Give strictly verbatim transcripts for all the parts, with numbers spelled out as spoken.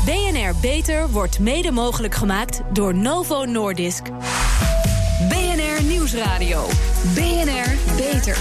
B N R Beter wordt mede mogelijk gemaakt door Novo Nordisk. B N R Nieuwsradio. B N R Beter.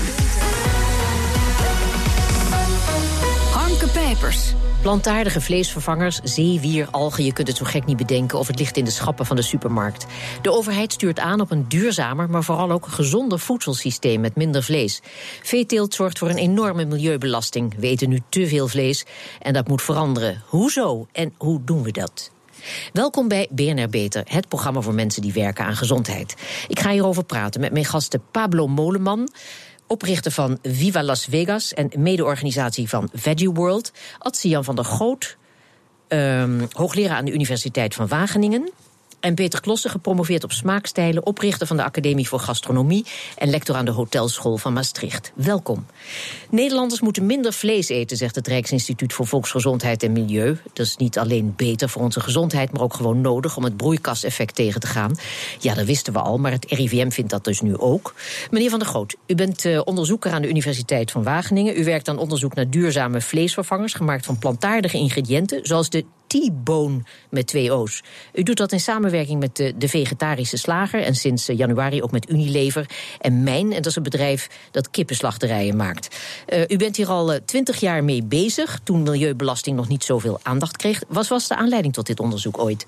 Harmke Pijpers. Plantaardige vleesvervangers, zeewier, algen, je kunt het zo gek niet bedenken of het ligt in de schappen van de supermarkt. De overheid stuurt aan op een duurzamer, maar vooral ook gezonder voedselsysteem met minder vlees. Veeteelt zorgt voor een enorme milieubelasting. We eten nu te veel vlees en dat moet veranderen. Hoezo en hoe doen we dat? Welkom bij B N R Beter, het programma voor mensen die werken aan gezondheid. Ik ga hierover praten met mijn gasten Pablo Moleman, oprichter van Viva Las Vegas en mede-organisatie van Veggie World. Adse-Jan van der Goot, um, hoogleraar aan de Universiteit van Wageningen. En Peter Klossen, gepromoveerd op smaakstijlen, oprichter van de Academie voor Gastronomie en lector aan de Hotelschool van Maastricht. Welkom. Nederlanders moeten minder vlees eten, zegt het Rijksinstituut voor Volksgezondheid en Milieu. Dat is niet alleen beter voor onze gezondheid, maar ook gewoon nodig om het broeikaseffect tegen te gaan. Ja, dat wisten we al, maar het R I V M vindt dat dus nu ook. Meneer Van der Goot, u bent uh, onderzoeker aan de Universiteit van Wageningen. U werkt aan onderzoek naar duurzame vleesvervangers, gemaakt van plantaardige ingrediënten, zoals de T-bone met twee O's. U doet dat in samenwerking met de, de vegetarische slager en sinds januari ook met Unilever en Mijn. En dat is een bedrijf dat kippenslachterijen maakt. Uh, u bent hier al twintig jaar mee bezig, toen milieubelasting nog niet zoveel aandacht kreeg. Wat was de aanleiding tot dit onderzoek ooit?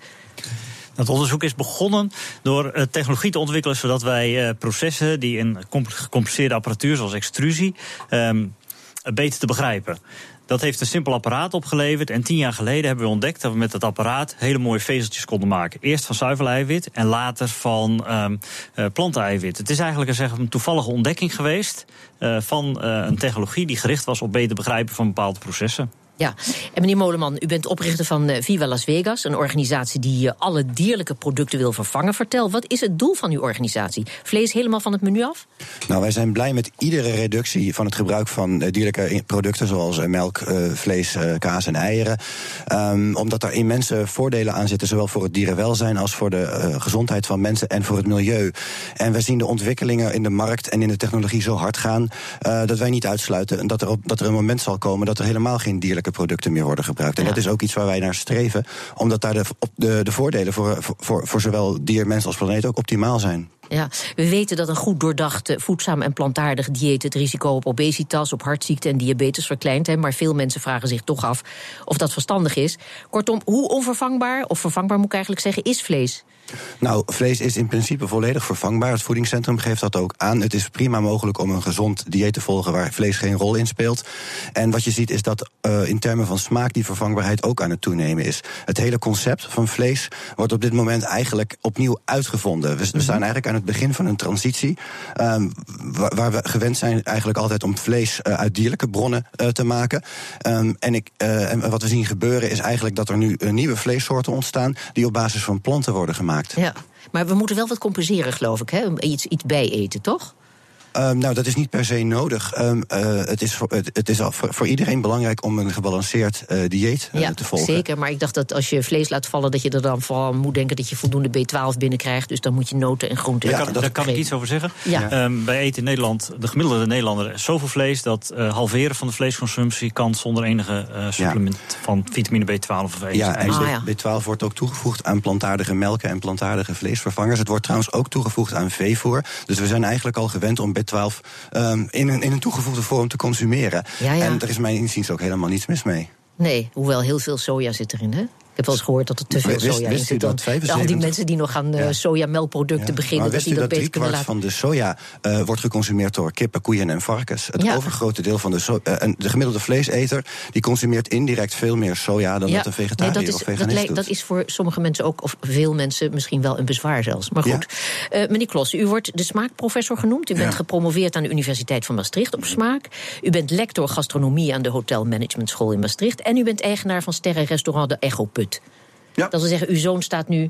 Het onderzoek is begonnen door uh, technologie te ontwikkelen, zodat wij uh, processen die in gecompliceerde apparatuur zoals extrusie um, beter te begrijpen. Dat heeft een simpel apparaat opgeleverd. En tien jaar geleden hebben we ontdekt dat we met dat apparaat hele mooie vezeltjes konden maken. Eerst van zuiveleiwit en later van um, uh, planteneiwit. Het is eigenlijk een, zeg, een toevallige ontdekking geweest uh, van uh, een technologie die gericht was op beter begrijpen van bepaalde processen. Ja, en meneer Moleman, u bent oprichter van uh, Viva Las Vegas, een organisatie die uh, alle dierlijke producten wil vervangen. Vertel, wat is het doel van uw organisatie? Vlees helemaal van het menu af? Nou, wij zijn blij met iedere reductie van het gebruik van uh, dierlijke producten, zoals uh, melk, uh, vlees, uh, kaas en eieren. Um, omdat er immense voordelen aan zitten, zowel voor het dierenwelzijn als voor de uh, gezondheid van mensen en voor het milieu. En we zien de ontwikkelingen in de markt en in de technologie zo hard gaan, uh, dat wij niet uitsluiten dat er, op, dat er een moment zal komen dat er helemaal geen dierlijke producten meer worden gebruikt. En ja. dat is ook iets waar wij naar streven, omdat daar de, de, de voordelen voor, voor, voor zowel dier, mens als planeet ook optimaal zijn. Ja, we weten dat een goed doordacht, voedzaam en plantaardig dieet het risico op obesitas, op hartziekte en diabetes verkleint. Hè, maar veel mensen vragen zich toch af of dat verstandig is. Kortom, hoe onvervangbaar, of vervangbaar moet ik eigenlijk zeggen, is vlees? Nou, vlees is in principe volledig vervangbaar. Het voedingscentrum geeft dat ook aan. Het is prima mogelijk om een gezond dieet te volgen waar vlees geen rol in speelt. En wat je ziet is dat uh, in termen van smaak die vervangbaarheid ook aan het toenemen is. Het hele concept van vlees wordt op dit moment eigenlijk opnieuw uitgevonden. We, we staan eigenlijk aan het begin van een transitie, um, waar, waar we gewend zijn eigenlijk altijd om vlees uh, uit dierlijke bronnen uh, te maken. Um, en, ik, uh, en wat we zien gebeuren is eigenlijk dat er nu uh, nieuwe vleessoorten ontstaan die op basis van planten worden gemaakt. Ja, maar we moeten wel wat compenseren, geloof ik, hè? Iets, iets bij eten, toch? Um, nou, dat is niet per se nodig. Um, uh, het is, voor, het, het is al voor, voor iedereen belangrijk om een gebalanceerd uh, dieet uh, ja, te volgen. Zeker, maar ik dacht dat als je vlees laat vallen, dat je er dan vooral moet denken dat je voldoende B twaalf binnenkrijgt. Dus dan moet je noten en groenten. Ja, ja, daar kan, kan ik iets over zeggen. Ja. Um, wij eten in Nederland, de gemiddelde Nederlander, zoveel vlees dat uh, halveren van de vleesconsumptie kan zonder enige uh, supplement ja. van vitamine B twaalf of eten. Ja, en ah, ja. B twaalf wordt ook toegevoegd aan plantaardige melken en plantaardige vleesvervangers. Het wordt trouwens ook toegevoegd aan veevoer. Dus we zijn eigenlijk al gewend om B twaalf Um, in, een, in een toegevoegde vorm te consumeren. Ja, ja. En er is mijn inziens ook helemaal niets mis mee. Nee, hoewel heel veel soja zit erin, hè? Ik heb wel eens gehoord dat er te veel wist, soja wist in zit. Dat vijfenzeventig al die mensen die nog aan uh, ja. sojamelkproducten ja. beginnen, maar dat die dat, dat beter kunnen laten. van de soja uh, wordt geconsumeerd door kippen, koeien en varkens. Het ja. overgrote deel van de soja. Uh, en de gemiddelde vleeseter die consumeert indirect veel meer soja dan ja. dat een vegetariër nee, dat is, of veganist dat, doet. Dat is voor sommige mensen ook, of veel mensen, misschien wel een bezwaar zelfs. Maar goed. Ja. Uh, meneer Klossen, u wordt de smaakprofessor genoemd. U bent ja. gepromoveerd aan de Universiteit van Maastricht op smaak. U bent lector gastronomie aan de Hotel Management School in Maastricht. En u bent eigenaar van sterrenrestaurant De Echo Put. Ja. Dat wil zeggen, uw zoon staat nu uh,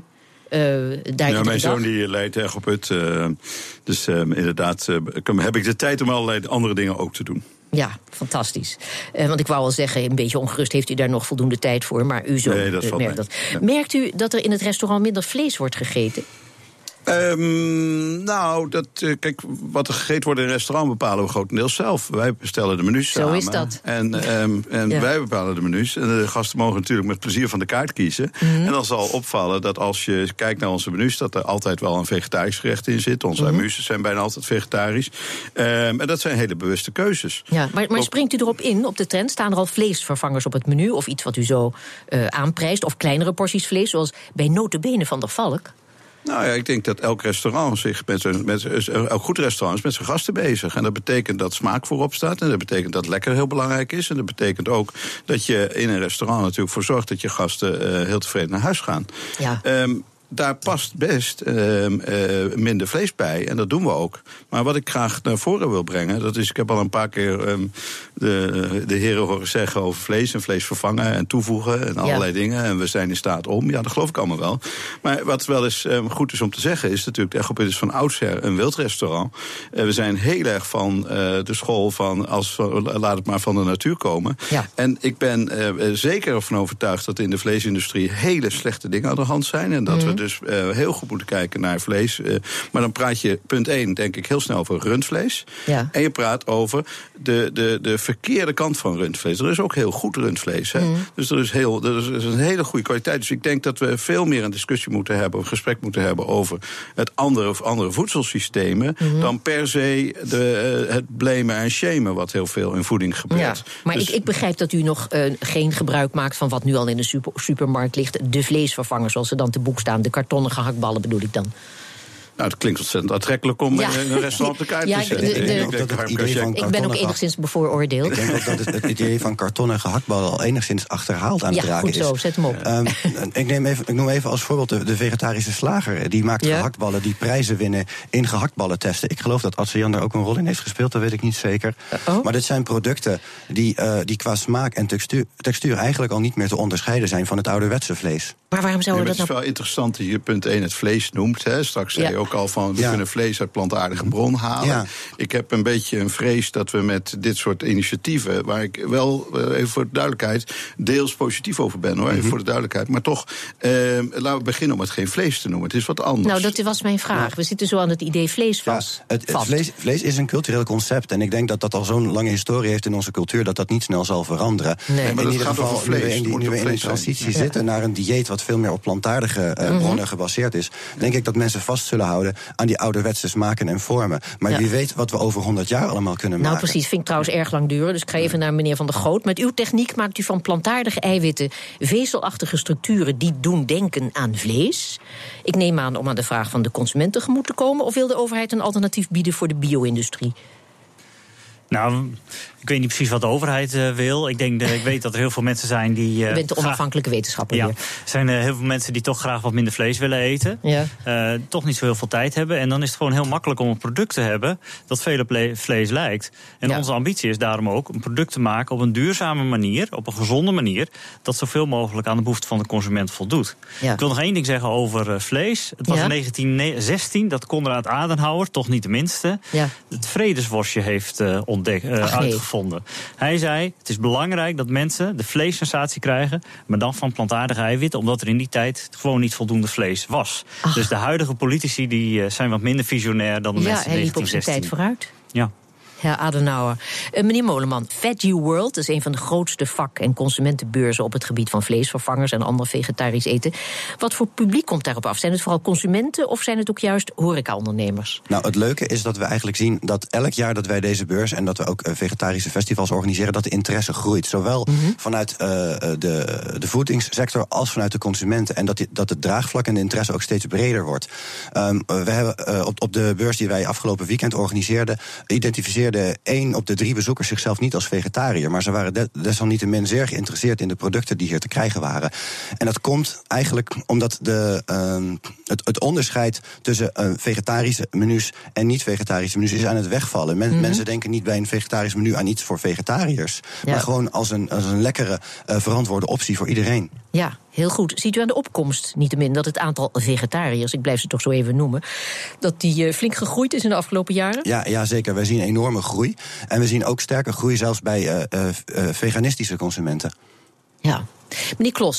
daar. Ja, mijn zoon die leidt Echo Put. Uh, dus uh, inderdaad uh, heb ik de tijd om allerlei andere dingen ook te doen. Ja, fantastisch. Uh, want ik wou al zeggen, een beetje ongerust heeft u daar nog voldoende tijd voor. Maar u zo. Nee, dat uh, valt merkt mee. dat. Ja. Merkt u dat er in het restaurant minder vlees wordt gegeten? Um, nou, dat, uh, kijk, wat er gegeten wordt in een restaurant bepalen we grotendeels zelf. Wij bestellen de menus samen. Zo is dat. En, um, en ja. wij bepalen de menus. En de gasten mogen natuurlijk met plezier van de kaart kiezen. Mm-hmm. En dan zal opvallen dat als je kijkt naar onze menus, dat er altijd wel een vegetarisch gerecht in zit. Onze mm-hmm. amuses zijn bijna altijd vegetarisch. Um, en dat zijn hele bewuste keuzes. Ja, maar, maar springt u erop in, op de trend? Staan er al vleesvervangers op het menu? Of iets wat u zo uh, aanprijst? Of kleinere porties vlees, zoals bij nota bene Van der Valk? Nou ja, ik denk dat elk restaurant zich met zijn, met, elk goed restaurant is met zijn gasten bezig. En dat betekent dat smaak voorop staat. En dat betekent dat lekker heel belangrijk is. En dat betekent ook dat je in een restaurant natuurlijk voor zorgt dat je gasten uh, heel tevreden naar huis gaan. Ja. Um, Daar past best uh, uh, minder vlees bij. En dat doen we ook. Maar wat ik graag naar voren wil brengen, dat is, ik heb al een paar keer um, de, de heren horen zeggen over vlees en vlees vervangen en toevoegen en allerlei ja. dingen. En we zijn in staat om. Ja, dat geloof ik allemaal wel. Maar wat wel eens um, goed is om te zeggen, is natuurlijk, Echopet is van oudsher een wildrestaurant. Uh, we zijn heel erg van uh, de school van, als, laat het maar van de natuur komen. Ja. En ik ben uh, zeker ervan overtuigd dat in de vleesindustrie hele slechte dingen aan de hand zijn. En dat mm-hmm. we dus uh, heel goed moeten kijken naar vlees. Uh, maar dan praat je, punt één, denk ik heel snel over rundvlees. Ja. En je praat over de, de, de verkeerde kant van rundvlees. Er is ook heel goed rundvlees. Hè? Mm. Dus er is, heel, er is een hele goede kwaliteit. Dus ik denk dat we veel meer een discussie moeten hebben, een gesprek moeten hebben over het andere of andere voedselsystemen, mm-hmm. dan per se de, uh, het blamen en shamen wat heel veel in voeding gebeurt. Ja, maar dus, ik, ik begrijp dat u nog uh, geen gebruik maakt van wat nu al in de super, supermarkt ligt. De vleesvervangers, zoals ze dan te boek staan. De kartonnen gehaktballen bedoel ik dan. Nou, het klinkt ontzettend aantrekkelijk om ja. in een restaurant te kijken. Ja, te de, de, de, ik, denk, ik, ik, ik ben ook enigszins bevooroordeeld. Ik denk ook dat het, het idee van kartonnen gehaktballen al enigszins achterhaald aan ja, het raken is. Ja, goed zo, zet hem op. Um, ik, neem even, ik noem even als voorbeeld de, de vegetarische slager. Die maakt ja. gehaktballen die prijzen winnen in gehaktballen testen. Ik geloof dat Adriaan daar ook een rol in heeft gespeeld, dat weet ik niet zeker. Uh-oh. Maar dit zijn producten die, uh, die qua smaak en textuur, textuur eigenlijk al niet meer te onderscheiden zijn van het ouderwetse vlees. Maar waarom zouden we nee, dat nou... Het is wel interessant dat je punt één het vlees noemt. Hè. Straks ja. zei je ook al van, we ja. kunnen vlees uit plantaardige bron halen. Ja. Ik heb een beetje een vrees dat we met dit soort initiatieven, waar ik wel, even voor de duidelijkheid, deels positief over ben, hoor, even mm-hmm. voor de duidelijkheid. Maar toch, eh, laten we beginnen om het geen vlees te noemen. Het is wat anders. Nou, dat was mijn vraag. Ja. We zitten zo aan het idee vlees vast. Ja, het, het vlees, vlees is een cultureel concept. En ik denk dat dat al zo'n lange historie heeft in onze cultuur, dat dat niet snel zal veranderen. Nee, en maar in dat ieder gaat geval, over vlees. nu we in, nu we in een transitie ja. zitten naar een dieet wat veel meer op plantaardige uh, mm-hmm. bronnen gebaseerd is, denk ik dat mensen vast zullen houden aan die ouderwetse smaken en vormen. Maar ja. wie weet wat we over honderd jaar allemaal kunnen nou, maken. Nou precies, vind ik trouwens erg lang duren. Dus ik ga even naar meneer Van der Goot. Met uw techniek maakt u van plantaardige eiwitten vezelachtige structuren die doen denken aan vlees. Ik neem aan om aan de vraag van de consument tegemoet te komen, of wil de overheid een alternatief bieden voor de bio-industrie? Nou, ik weet niet precies wat de overheid uh, wil. Ik denk, de, ik weet dat er heel veel mensen zijn die... Uh, Je bent de onafhankelijke graag, wetenschapper ja, hier. Er zijn uh, heel veel mensen die toch graag wat minder vlees willen eten. Ja. Uh, toch niet zo heel veel tijd hebben. En dan is het gewoon heel makkelijk om een product te hebben dat veel op le- vlees lijkt. En ja. onze ambitie is daarom ook een product te maken op een duurzame manier, op een gezonde manier, dat zoveel mogelijk aan de behoeften van de consument voldoet. Ja. Ik wil nog één ding zeggen over uh, vlees. Het was ja. in negentien zestien dat Konrad Adenauer, toch niet de minste, ja. het vredesworstje heeft uh, ontdekt, uh, Ach, uitgevonden. Hij zei, het is belangrijk dat mensen de vleessensatie krijgen, maar dan van plantaardige eiwitten, omdat er in die tijd gewoon niet voldoende vlees was. Ach. Dus de huidige politici die uh, zijn wat minder visionair dan de ja, mensen in negentien zestien. Ja, hij liep op zijn tijd vooruit. Ja. Ja, Adenauer. Uh, meneer Moleman, Veggie World is een van de grootste vak- en consumentenbeurzen op het gebied van vleesvervangers en ander vegetarisch eten. Wat voor publiek komt daarop af? Zijn het vooral consumenten of zijn het ook juist horecaondernemers? Nou, het leuke is dat we eigenlijk zien dat elk jaar dat wij deze beurs en dat we ook uh, vegetarische festivals organiseren, dat de interesse groeit. Zowel mm-hmm. vanuit uh, de, de voedingssector als vanuit de consumenten. En dat, die, dat het draagvlak en de interesse ook steeds breder wordt. Um, we hebben uh, op, op de beurs die wij afgelopen weekend organiseerden, identificeerden de één op de drie bezoekers zichzelf niet als vegetariër, maar ze waren de, desalniettemin zeer geïnteresseerd in de producten die hier te krijgen waren. En dat komt eigenlijk omdat de, uh, het, het onderscheid tussen uh, vegetarische menus en niet-vegetarische menus is aan het wegvallen. Men, mm-hmm. Mensen denken niet bij een vegetarisch menu aan iets voor vegetariërs, ja. maar gewoon als een, als een lekkere, uh, verantwoorde optie voor iedereen. Ja, heel goed. Ziet u aan de opkomst, niettemin, dat het aantal vegetariërs, ik blijf ze toch zo even noemen, dat die uh, flink gegroeid is in de afgelopen jaren? Ja, ja, zeker. Wij zien enorme groei. En we zien ook sterke groei zelfs bij uh, uh, veganistische consumenten. Ja. Meneer Klossen,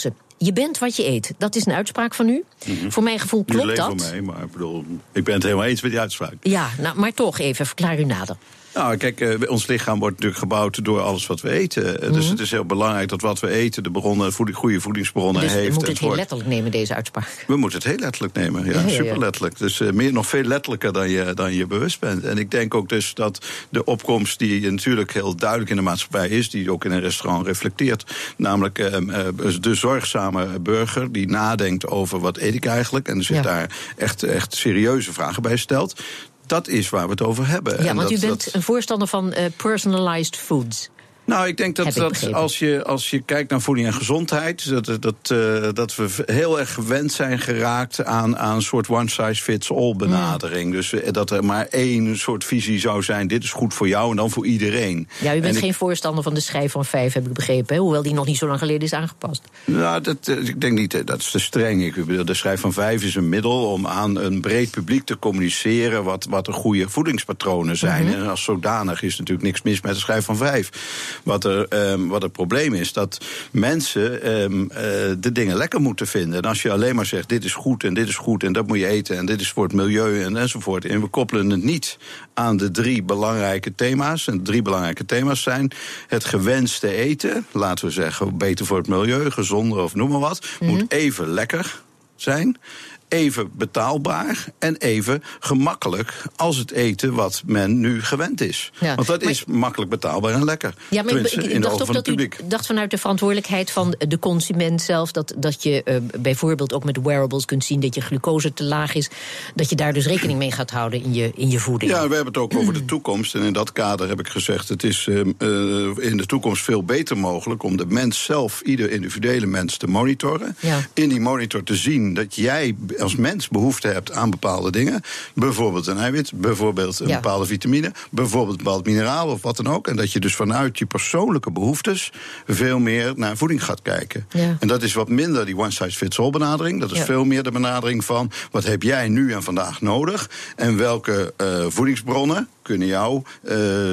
Je bent wat je eet. Dat is een uitspraak van u. Mm-hmm. Voor mijn gevoel klopt Niet dat. Niet alleen voor mij, maar ik bedoel, ik ben het helemaal eens met die uitspraak. Ja, nou, maar toch even, verklaar u nader. Nou, kijk, uh, ons lichaam wordt natuurlijk gebouwd door alles wat we eten. Uh, mm-hmm. Dus het is heel belangrijk dat wat we eten de bronnen, voeding, goede voedingsbronnen dus heeft. Dus we moeten het heel letterlijk nemen, deze uitspraak. We moeten het heel letterlijk nemen, ja, ja, ja, ja. super letterlijk. Dus uh, meer, nog veel letterlijker dan je, dan je bewust bent. En ik denk ook dus dat de opkomst die natuurlijk heel duidelijk in de maatschappij is, die ook in een restaurant reflecteert, namelijk uh, uh, de zorgzame burger die nadenkt over wat eet ik eigenlijk en zich ja. daar echt, echt serieuze vragen bij stelt. Dat is waar we het over hebben. Ja, en want dat, u bent dat... een voorstander van uh, personalized foods. Nou, ik denk dat, ik dat als, je, als je kijkt naar voeding en gezondheid, dat, dat, uh, dat we heel erg gewend zijn geraakt aan, aan een soort one-size-fits-all benadering. Mm. Dus dat er maar één soort visie zou zijn, dit is goed voor jou en dan voor iedereen. Ja, u bent en geen ik... voorstander van de schijf van vijf, heb ik begrepen, hè? Hoewel die nog niet zo lang geleden is aangepast. Nou, dat, ik denk niet, dat is te streng. Ik bedoel, de schijf van vijf is een middel om aan een breed publiek te communiceren wat, wat de goede voedingspatronen zijn. Mm-hmm. En als zodanig is natuurlijk niks mis met de schijf van vijf. Wat, er, um, wat het probleem is, dat mensen um, uh, de dingen lekker moeten vinden. En als je alleen maar zegt, dit is goed en dit is goed en dat moet je eten en dit is voor het milieu en enzovoort. En we koppelen het niet aan de drie belangrijke thema's. En de drie belangrijke thema's zijn het gewenste eten, laten we zeggen, beter voor het milieu, gezonder of noem maar wat, mm-hmm. moet even lekker zijn, even betaalbaar en even gemakkelijk als het eten wat men nu gewend is. Ja, Want dat maar, is makkelijk betaalbaar en lekker. Ja, maar ik, ik, ik dacht ook dat u dacht vanuit de verantwoordelijkheid van de consument zelf, dat, dat je uh, bijvoorbeeld ook met wearables kunt zien dat je glucose te laag is, dat je daar dus rekening mee gaat houden in je, in je voeding. Ja, we hebben het ook over de toekomst. En in dat kader heb ik gezegd, het is uh, uh, in de toekomst veel beter mogelijk om de mens zelf, ieder individuele mens, te monitoren. Ja. In die monitor te zien dat jij als mens behoefte hebt aan bepaalde dingen. Bijvoorbeeld een eiwit, bijvoorbeeld een ja. bepaalde vitamine, bijvoorbeeld een bepaald mineraal of wat dan ook. En dat je dus vanuit je persoonlijke behoeftes veel meer naar voeding gaat kijken. Ja. En dat is wat minder die one-size-fits-all benadering. Dat is ja. veel meer de benadering van wat heb jij nu en vandaag nodig en welke uh, voedingsbronnen kunnen jou uh,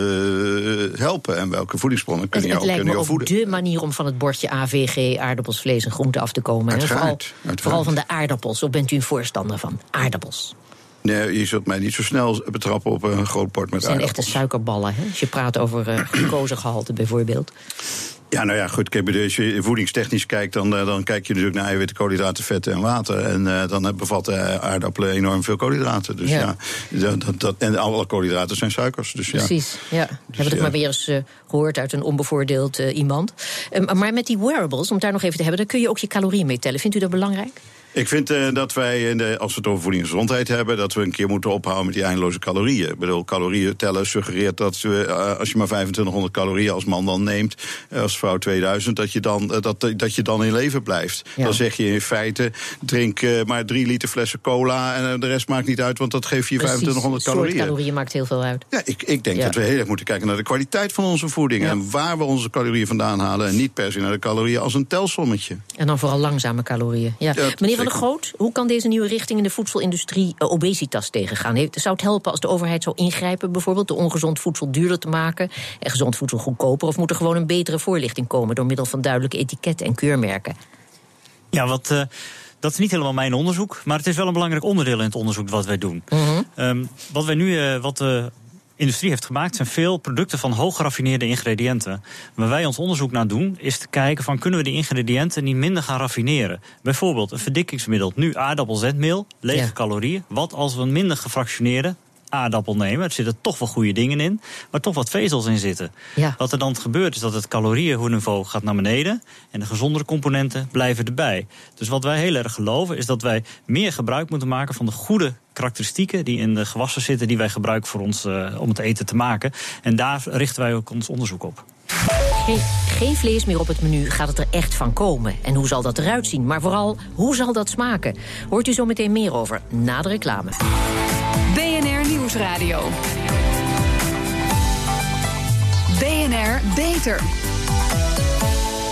helpen en welke voedingsbronnen kunnen het, jou, het kunnen jou voeden. Het lijkt me ook de manier om van het bordje A V G, aardappels, vlees en groenten af te komen. Uiteraard, vooral, uiteraard. vooral van de aardappels. Of bent u een voorstander van aardappels? Nee, je zult mij niet zo snel betrappen op een groot bord met het zijn aardappels. Echte suikerballen, hè? Als je praat over uh, glucosegehalte bijvoorbeeld. Ja, nou ja, goed, als je voedingstechnisch kijkt, dan, dan kijk je natuurlijk naar eiwitten, koolhydraten, vetten en water. En uh, dan bevatten aardappelen enorm veel koolhydraten. Dus ja, ja dat, dat, en alle koolhydraten zijn suikers. Dus precies, ja. ja. Dus Hebben we het ja. maar weer eens uh, gehoord uit een onbevoordeeld uh, iemand. Um, maar met die wearables, om het daar nog even te hebben, daar kun je ook je calorieën mee tellen. Vindt u dat belangrijk? Ik vind uh, dat wij, in de, als we het over voeding en gezondheid hebben, dat we een keer moeten ophouden met die eindeloze calorieën. Ik bedoel, calorieën tellen suggereert dat we, uh, als je maar vijfentwintighonderd calorieën als man dan neemt, uh, als vrouw tweeduizend, dat je dan, uh, dat, dat je dan in leven blijft. Ja. Dan zeg je in feite, drink uh, maar drie liter flessen cola en uh, de rest maakt niet uit, want dat geeft je vijfentwintighonderd calorieën. Soort calorieën maakt heel veel uit. Ja, ik, ik denk ja. dat we heel erg moeten kijken naar de kwaliteit van onze voeding. Ja. En waar we onze calorieën vandaan halen. En niet per se naar de calorieën als een telsommetje. En dan vooral langzame calorieën. Ja. Ja, Meneer Van der Groot, hoe kan deze nieuwe richting in de voedselindustrie uh, obesitas tegengaan? Zou het helpen als de overheid zou ingrijpen, bijvoorbeeld door ongezond voedsel duurder te maken en gezond voedsel goedkoper? Of moet er gewoon een betere voorlichting komen door middel van duidelijke etiketten en keurmerken? Ja, wat... Uh... Dat is niet helemaal mijn onderzoek, maar het is wel een belangrijk onderdeel in het onderzoek wat wij doen. Mm-hmm. Um, wat wij nu, uh, wat de industrie heeft gemaakt, zijn veel producten van hoog geraffineerde ingrediënten. Waar wij ons onderzoek naar doen, is te kijken van kunnen we die ingrediënten niet minder gaan raffineren. Bijvoorbeeld een verdikkingsmiddel, nu aardappelzetmeel, lege ja. calorieën. Wat als we een minder gefractioneerde aardappel nemen, er zitten toch wel goede dingen in, maar toch wat vezels in zitten. Ja. Wat er dan gebeurt is dat het calorieënniveau gaat naar beneden en de gezondere componenten blijven erbij. Dus wat wij heel erg geloven is dat wij meer gebruik moeten maken van de goede karakteristieken die in de gewassen zitten, die wij gebruiken voor ons uh, om het eten te maken. En daar richten wij ook ons onderzoek op. Geen, geen vlees meer op het menu, gaat het er echt van komen? En hoe zal dat eruit zien? Maar vooral, hoe zal dat smaken? Hoort u zo meteen meer over na de reclame. B N R Nieuwsradio. B N R Beter.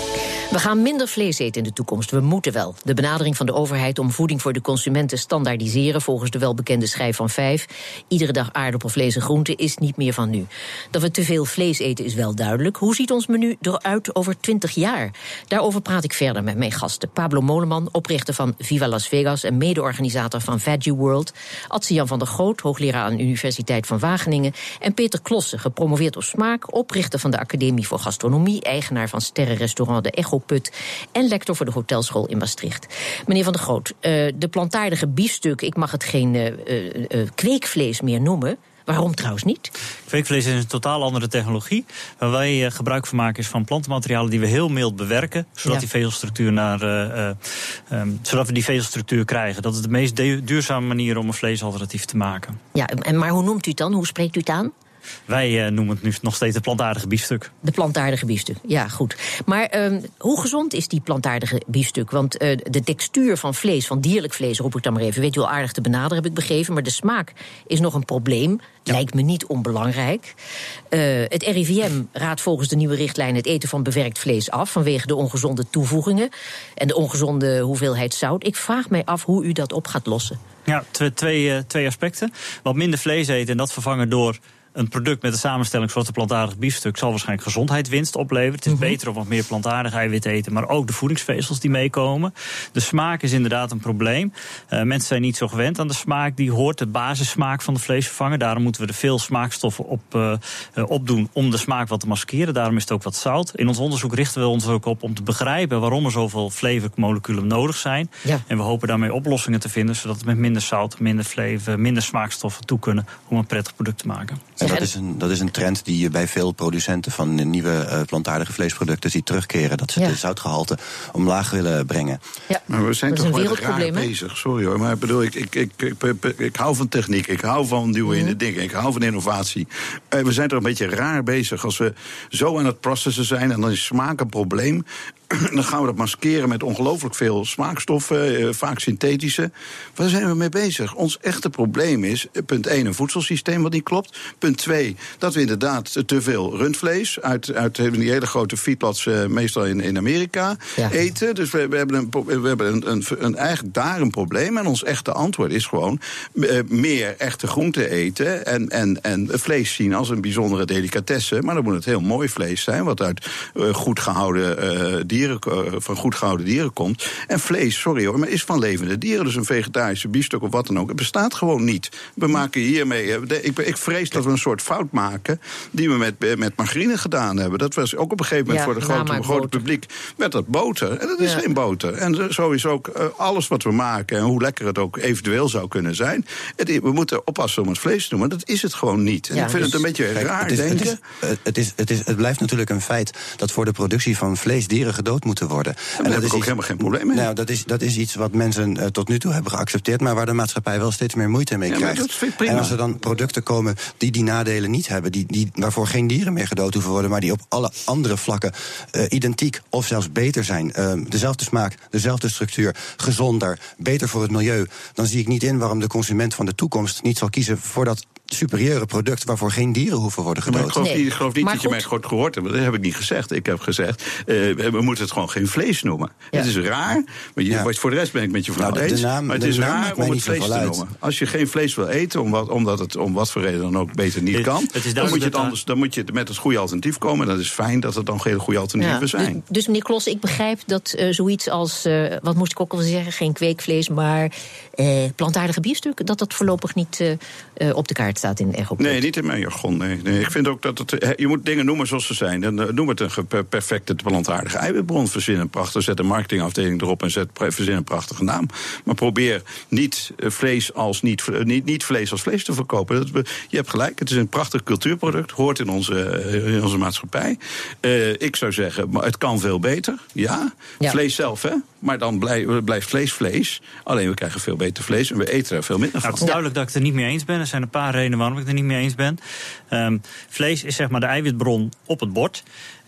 We gaan minder vlees eten in de toekomst. We moeten wel. De benadering van de overheid om voeding voor de consumenten standaardiseren volgens de welbekende schijf van vijf, iedere dag aardappel, vlees en groenten, is niet meer van nu. Dat we te veel vlees eten is wel duidelijk. Hoe ziet ons menu eruit over twintig jaar? Daarover praat ik verder met mijn gasten. Pablo Moleman, oprichter van Viva Las Vegas en mede-organisator van Veggie World. Adse-Jan van der Groot, hoogleraar aan de Universiteit van Wageningen. En Peter Klosse, gepromoveerd op smaak, oprichter van de Academie voor Gastronomie, eigenaar van sterrenrestaurant De Echo Put en lector voor de hotelschool in Maastricht. Meneer Van der Groot, uh, de plantaardige biefstuk, ik mag het geen uh, uh, uh, kweekvlees meer noemen. Waarom trouwens niet? Kweekvlees is een totaal andere technologie. Waar wij uh, gebruik van maken is van plantenmaterialen die we heel mild bewerken, zodat ja. die vezelstructuur naar, uh, uh, um, zodat we die vezelstructuur krijgen. Dat is de meest de- duurzame manier om een vleesalternatief te maken. Ja, en maar hoe noemt u het dan? Hoe spreekt u het aan? Wij uh, noemen het nu nog steeds de plantaardige biefstuk. De plantaardige biefstuk, ja, goed. Maar um, hoe gezond is die plantaardige biefstuk? Want uh, de textuur van vlees, van dierlijk vlees, roep ik dan maar even, weet u wel aardig te benaderen, heb ik begrepen. Maar de smaak is nog een probleem. Ja. Lijkt me niet onbelangrijk. Uh, het R I V M raadt volgens de nieuwe richtlijn het eten van bewerkt vlees af vanwege de ongezonde toevoegingen en de ongezonde hoeveelheid zout. Ik vraag mij af hoe u dat op gaat lossen. Ja, twee, twee, uh, twee aspecten. Wat minder vlees eten en dat vervangen door een product met een samenstelling zoals de plantaardige biefstuk zal waarschijnlijk gezondheidswinst opleveren. Het is mm-hmm. beter om wat meer plantaardig eiwit te eten, maar ook de voedingsvezels die meekomen. De smaak is inderdaad een probleem. Uh, mensen zijn niet zo gewend aan de smaak. Die hoort de basissmaak van de vlees vervangen. Daarom moeten we er veel smaakstoffen op uh, uh, opdoen om de smaak wat te maskeren. Daarom is het ook wat zout. In ons onderzoek richten we ons ook op om te begrijpen waarom er zoveel flavormoleculen nodig zijn. Ja. En we hopen daarmee oplossingen te vinden, zodat we met minder zout, minder flavor, minder smaakstoffen toe kunnen om een prettig product te maken. En dat is, een, dat is een trend die je bij veel producenten van nieuwe uh, plantaardige vleesproducten ziet terugkeren. Dat ze ja. de zoutgehalte omlaag willen brengen. Ja. Maar we zijn toch wel raar bezig, sorry hoor. Maar ik bedoel, ik, ik, ik, ik, ik, ik hou van techniek, ik hou van nieuwe mm. dingen, ik hou van innovatie. Uh, we zijn toch een beetje raar bezig als we zo aan het processen zijn en dan is smaak een probleem. Dan gaan we dat maskeren met ongelooflijk veel smaakstoffen, uh, vaak synthetische. Waar zijn we mee bezig? Ons echte probleem is, punt één, een voedselsysteem wat niet klopt. Punt twee, dat we inderdaad te veel rundvlees uit, uit die hele grote feedlots, uh, meestal in, in Amerika, ja. eten. Dus we, we hebben, een, we hebben een, een, een, eigenlijk daar een probleem. En ons echte antwoord is gewoon uh, meer echte groenten eten en, en, en vlees zien als een bijzondere delicatesse. Maar dan moet het heel mooi vlees zijn, wat uit uh, goed gehouden uh, dieren van goed gehouden dieren komt. En vlees, sorry hoor, maar is van levende dieren. Dus een vegetarische biefstuk of wat dan ook. Het bestaat gewoon niet. We maken hiermee. Ik, ik vrees dat we een soort fout maken die we met, met margarine gedaan hebben. Dat was ook op een gegeven moment ja, voor het grote, grote publiek. Werd dat boter. En dat is ja. geen boter. En zo is ook uh, alles wat we maken en hoe lekker het ook eventueel zou kunnen zijn. Het, we moeten oppassen om het vlees te noemen. Dat is het gewoon niet. En ja, ik vind dus, het een beetje kijk, raar het is, denken. Het, is, het, is, het, is, het blijft natuurlijk een feit dat voor de productie van vlees dieren gedood moeten worden. En, en daar heb ik ook iets, helemaal geen probleem mee. Nou, dat is, dat is iets wat mensen uh, tot nu toe hebben geaccepteerd, maar waar de maatschappij wel steeds meer moeite mee ja, krijgt. En als er dan producten komen die die nadelen niet hebben, die, die, waarvoor geen dieren meer gedood hoeven worden, maar die op alle andere vlakken uh, identiek of zelfs beter zijn, uh, dezelfde smaak, dezelfde structuur, gezonder, beter voor het milieu, dan zie ik niet in waarom de consument van de toekomst niet zal kiezen voor dat superieure product waarvoor geen dieren hoeven worden gedood. Maar ik geloof nee. niet, ik geloof niet dat goed. je mij goed gehoord hebt. Dat heb ik niet gezegd. Ik heb gezegd, uh, we moeten het gewoon geen vlees noemen. Ja. Het is raar, maar je, ja. voor de rest ben ik met je vrouw nou, eens. Naam, maar het is raar om het vlees te uit. noemen. Als je geen vlees wil eten, om wat, omdat het om wat voor reden dan ook beter niet kan, het dan, moet je het anders, dan moet je met het goede alternatief komen. En dat is fijn dat er dan geen goede alternatieven ja. zijn. Dus, dus meneer Kloss, ik begrijp dat uh, zoiets als, uh, wat moest ik ook al zeggen, geen kweekvlees, maar uh, plantaardige biefstuk, dat dat voorlopig niet uh, uh, op de kaart staat in de Echo. Nee, niet in mijn jargon. Nee. Nee, ik vind ook dat het, je moet dingen noemen zoals ze zijn. Dan noem het een perfecte plantaardige eiwitbron. Verzin een prachtige, zet een marketingafdeling erop en zet, verzin een prachtige naam. Maar probeer niet vlees als niet, niet, niet vlees als vlees te verkopen. Dat, je hebt gelijk, het is een prachtig cultuurproduct, hoort in onze, in onze maatschappij. Uh, ik zou zeggen, maar het kan veel beter. Ja, ja. Vlees zelf, hè. Maar dan blijft, blijft vlees vlees. Alleen we krijgen veel beter vlees en we eten er veel minder van. Nou, het is duidelijk dat ik het er niet mee eens ben. Er zijn een paar redenen waarom ik het er niet mee eens ben. Um, vlees is zeg maar de eiwitbron op het bord.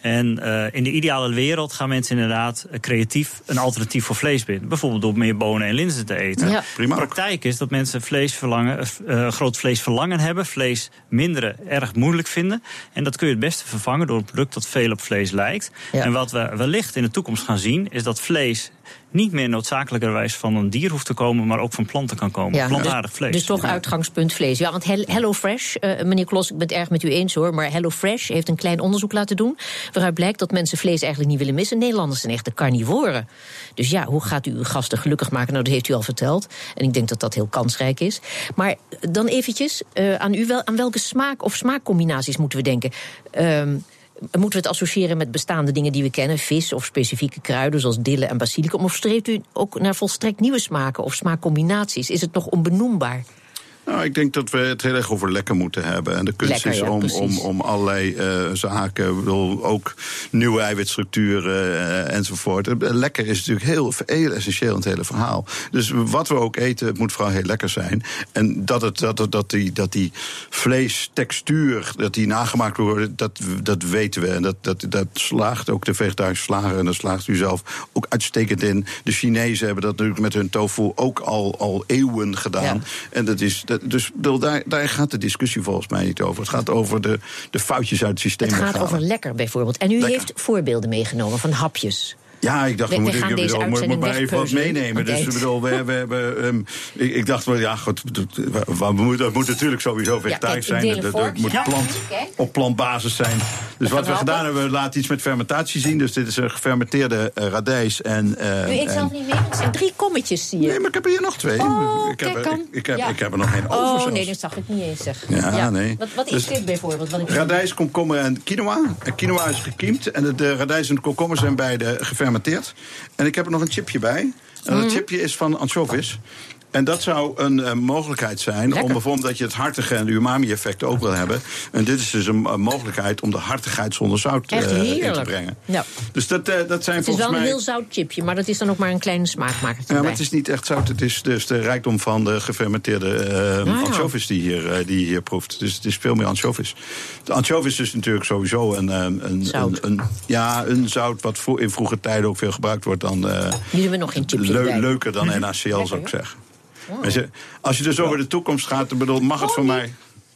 En uh, in de ideale wereld gaan mensen inderdaad creatief een alternatief voor vlees vinden. Bijvoorbeeld door meer bonen en linzen te eten. Ja. Prima. De praktijk is dat mensen vleesverlangen, uh, groot vleesverlangen hebben, vlees minderen erg moeilijk vinden. En dat kun je het beste vervangen door een product dat veel op vlees lijkt. Ja. En wat we wellicht in de toekomst gaan zien, is dat vlees niet meer noodzakelijkerwijs van een dier hoeft te komen, maar ook van planten kan komen. Ja, plantaardig vlees. Dus toch ja. uitgangspunt vlees. Ja, want HelloFresh, uh, meneer Klos, ik ben het erg met u eens hoor, maar HelloFresh heeft een klein onderzoek laten doen waaruit blijkt dat mensen vlees eigenlijk niet willen missen. Nederlanders zijn echte carnivoren. Dus ja, hoe gaat u uw gasten gelukkig maken? Nou, dat heeft u al verteld. En ik denk dat dat heel kansrijk is. Maar dan eventjes uh, aan u wel, aan welke smaak of smaakcombinaties moeten we denken? Um, Moeten we het associëren met bestaande dingen die we kennen, vis of specifieke kruiden zoals dille en basilicum? Of streeft u ook naar volstrekt nieuwe smaken of smaakcombinaties? Is het nog onbenoembaar? Nou, ik denk dat we het heel erg over lekker moeten hebben. En de kunst lekker, is ja, om, om, om allerlei uh, zaken, ik bedoel, ook nieuwe eiwitstructuren uh, enzovoort. Lekker is natuurlijk heel, heel essentieel in het hele verhaal. Dus wat we ook eten, het moet vooral heel lekker zijn. En dat, het, dat, het, dat, die, dat die vleestextuur, dat die nagemaakt wordt, dat, dat weten we. En dat, dat, dat slaagt ook de vegetarische slager, en dat slaagt u zelf ook uitstekend in. De Chinezen hebben dat natuurlijk met hun tofu ook al, al eeuwen gedaan. Ja. En dat is... Dus daar, daar gaat de discussie volgens mij niet over. Het gaat over de, de foutjes uit het systeem. Het gaat halen. over lekker bijvoorbeeld. En u lekker. heeft voorbeelden meegenomen van hapjes. Ja, ik dacht, we, we moeten ik, bedoel, moet, moet maar even wat meenemen. Dus bedoel, we, we hebben. Um, ik, ik dacht wel, ja, goed, we, we moeten, het moet natuurlijk sowieso vegetarisch ja, zijn. Het moet ja. plant, op plantbasis zijn. Dus wat we helpen. gedaan hebben, we laten iets met fermentatie zien. Dus dit is een gefermenteerde uh, radijs. En, uh, u eet en, zelf niet meer? Het zijn drie kommetjes, zie je. Nee, maar ik heb er hier nog twee. Oh, ik, heb, ik, ik, ik, heb, ja. ik heb er nog geen over. Oh, zelfs. nee, dat zag ik niet eens, zeg. Ja, ja. nee. Wat, wat dus, is dit bijvoorbeeld? Wat ik radijs, komkommer en quinoa. En quinoa is gekiemd. En de, de radijs en de komkommer zijn beide gefermenteerd. En ik heb er nog een chipje bij. En dat mm-hmm. chipje is van anchovies. En dat zou een uh, mogelijkheid zijn Lekker. om bijvoorbeeld dat je het hartige en de umami-effect ook wil hebben. En dit is dus een uh, mogelijkheid om de hartigheid zonder zout uh, in te brengen. Ja. Dus dat, uh, dat zijn het volgens mij... Het is wel een heel zout chipje, maar dat is dan ook maar een kleine smaakmaker. Ja, maar het is niet echt zout. Het is dus de rijkdom van de gefermenteerde uh, ah, anchovies die, hier, uh, die je hier proeft. Dus het is veel meer anchovies. De anchovies is natuurlijk sowieso een, een, een, een, een, ja, een zout wat in vroege tijden ook veel gebruikt wordt dan... Uh, Hier hebben we nog geen chipje le- Leuker dan N A C L, zou ik zeggen. Oh. Als, je, als je dus over de toekomst gaat, bedoel, mag het oh, voor mij...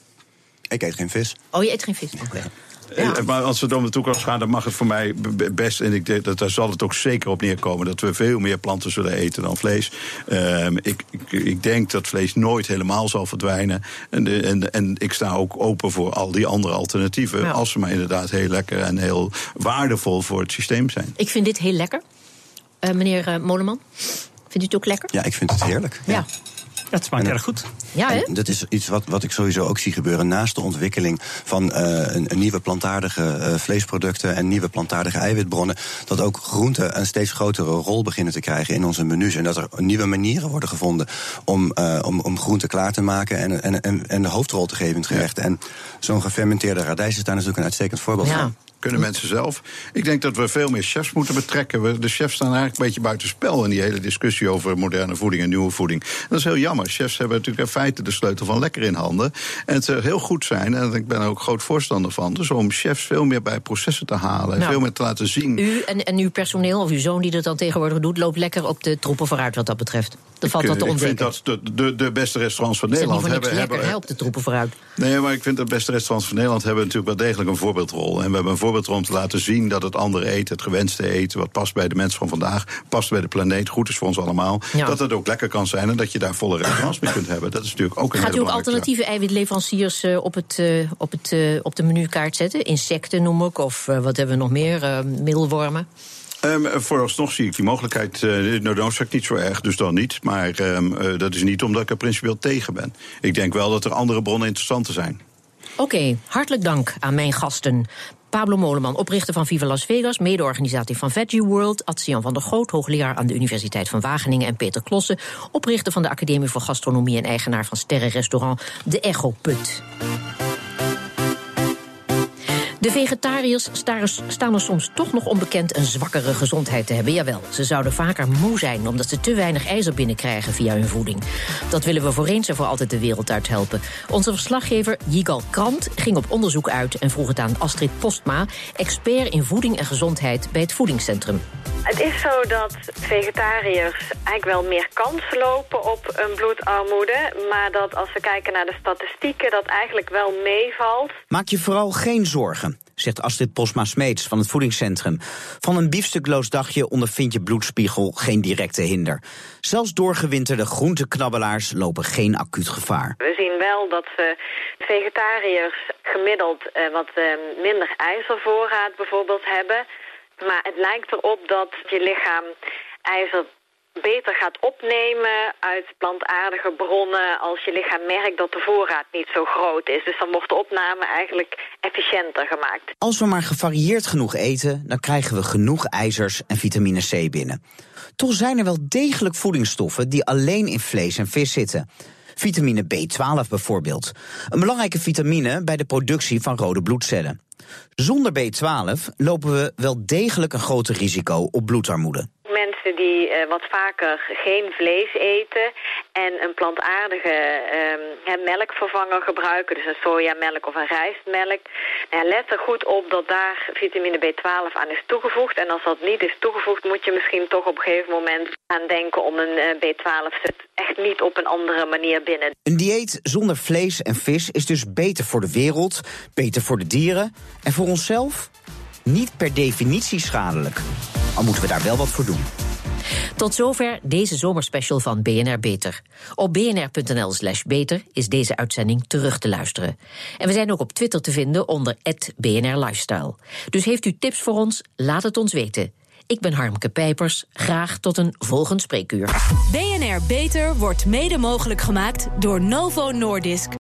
Ik eet geen vis. Oh, je eet geen vis? Oké. Okay. Ja. Maar als het om de toekomst gaat, dan mag het voor mij best... en ik denk dat daar zal het ook zeker op neerkomen... dat we veel meer planten zullen eten dan vlees. Um, ik, ik, ik denk dat vlees nooit helemaal zal verdwijnen. En, de, en, en ik sta ook open voor al die andere alternatieven... Ja. als ze maar inderdaad heel lekker en heel waardevol voor het systeem zijn. Ik vind dit heel lekker. Uh, meneer uh, Moleman, vindt u het ook lekker? Ja, ik vind het heerlijk. Ja. ja. Ja, het smaakt erg goed. Ja, hè? Dat is iets wat, wat ik sowieso ook zie gebeuren. Naast de ontwikkeling van uh, een, een nieuwe plantaardige uh, vleesproducten... en nieuwe plantaardige eiwitbronnen... dat ook groenten een steeds grotere rol beginnen te krijgen in onze menus. En dat er nieuwe manieren worden gevonden om, uh, om, om groenten klaar te maken... en, en, en, en de hoofdrol te geven in het gerecht. Ja. En zo'n gefermenteerde radijs is daar natuurlijk een uitstekend voorbeeld ja. van. Kunnen mensen zelf. Ik denk dat we veel meer chefs moeten betrekken. We, de chefs staan eigenlijk een beetje buitenspel in die hele discussie over moderne voeding en nieuwe voeding. Dat is heel jammer. Chefs hebben natuurlijk in feite de sleutel van lekker in handen. En het zou heel goed zijn, en ik ben er ook groot voorstander van, dus om chefs veel meer bij processen te halen en nou, veel meer te laten zien. U en, en uw personeel, of uw zoon die dat dan tegenwoordig doet, loopt lekker op de troepen vooruit wat dat betreft. Dat valt wat te ontdekken. Ik vind dat de, de, de beste restaurants van Nederland hebben... hebben, lekker, hebben op de troepen vooruit. Nee, maar ik vind dat de beste restaurants van Nederland hebben natuurlijk wel degelijk een voorbeeldrol. En we hebben een voorbeeldrol om te laten zien dat het andere eten, het gewenste eten, wat past bij de mensen van vandaag, past bij de planeet, goed is voor ons allemaal, ja. dat het ook lekker kan zijn en dat je daar volle restaurants mee kunt hebben. Dat is natuurlijk ook een Gaat u ook alternatieve zaak. eiwitleveranciers uh, op, het, uh, op, het, uh, op de menukaart zetten? Insecten noem ik, of uh, wat hebben we nog meer? Uh, middelwormen? Um, vooralsnog zie ik die mogelijkheid, uh, nou, dan zeg ik niet zo erg, dus dan niet. Maar um, uh, dat is niet omdat ik er principieel tegen ben. Ik denk wel dat er andere bronnen interessanter zijn. Oké, okay, hartelijk dank aan mijn gasten. Pablo Moleman, oprichter van Viva Las Vegas, mede-organisator van Veggie World, Adriaan van der Goot, hoogleraar aan de Universiteit van Wageningen, en Peter Klossen, oprichter van de Academie voor Gastronomie en eigenaar van sterrenrestaurant De Echo Put. De vegetariërs staan er soms toch nog onbekend een zwakkere gezondheid te hebben. Jawel, ze zouden vaker moe zijn omdat ze te weinig ijzer binnenkrijgen via hun voeding. Dat willen we voor eens en voor altijd de wereld uit helpen. Onze verslaggever Yigal Krant ging op onderzoek uit en vroeg het aan Astrid Postma, expert in voeding en gezondheid bij het Voedingscentrum. Het is zo dat vegetariërs eigenlijk wel meer kans lopen op een bloedarmoede, maar dat als we kijken naar de statistieken dat eigenlijk wel meevalt. Maak je vooral geen zorgen, zegt Astrid Postma-Smeets van het Voedingscentrum. Van een biefstukloos dagje ondervindt je bloedspiegel geen directe hinder. Zelfs doorgewinterde groenteknabbelaars lopen geen acuut gevaar. We zien wel dat we vegetariërs gemiddeld eh, wat eh, minder ijzervoorraad bijvoorbeeld hebben. Maar het lijkt erop dat je lichaam ijzer beter gaat opnemen uit plantaardige bronnen als je lichaam merkt dat de voorraad niet zo groot is. Dus dan wordt de opname eigenlijk efficiënter gemaakt. Als we maar gevarieerd genoeg eten, dan krijgen we genoeg ijzers en vitamine C binnen. Toch zijn er wel degelijk voedingsstoffen die alleen in vlees en vis zitten. Vitamine B twaalf bijvoorbeeld. Een belangrijke vitamine bij de productie van rode bloedcellen. Zonder B twaalf lopen we wel degelijk een groter risico op bloedarmoede. Mensen die uh, wat vaker geen vlees eten en een plantaardige uh, melkvervanger gebruiken, dus een sojamelk of een rijstmelk, nou ja, let er goed op dat daar vitamine B twaalf aan is toegevoegd. En als dat niet is toegevoegd, moet je misschien toch op een gegeven moment aan denken om een uh, B twaalf zit echt niet op een andere manier binnen. Een dieet zonder vlees en vis is dus beter voor de wereld, beter voor de dieren en voor onszelf niet per definitie schadelijk. Al moeten we daar wel wat voor doen. Tot zover deze zomerspecial van B N R Beter. Op bnr.nl slash beter is deze uitzending terug te luisteren. En we zijn ook op Twitter te vinden onder at B N R Lifestyle. Dus heeft u tips voor ons? Laat het ons weten. Ik ben Harmke Pijpers. Graag tot een volgend spreekuur. B N R Beter wordt mede mogelijk gemaakt door Novo Nordisk.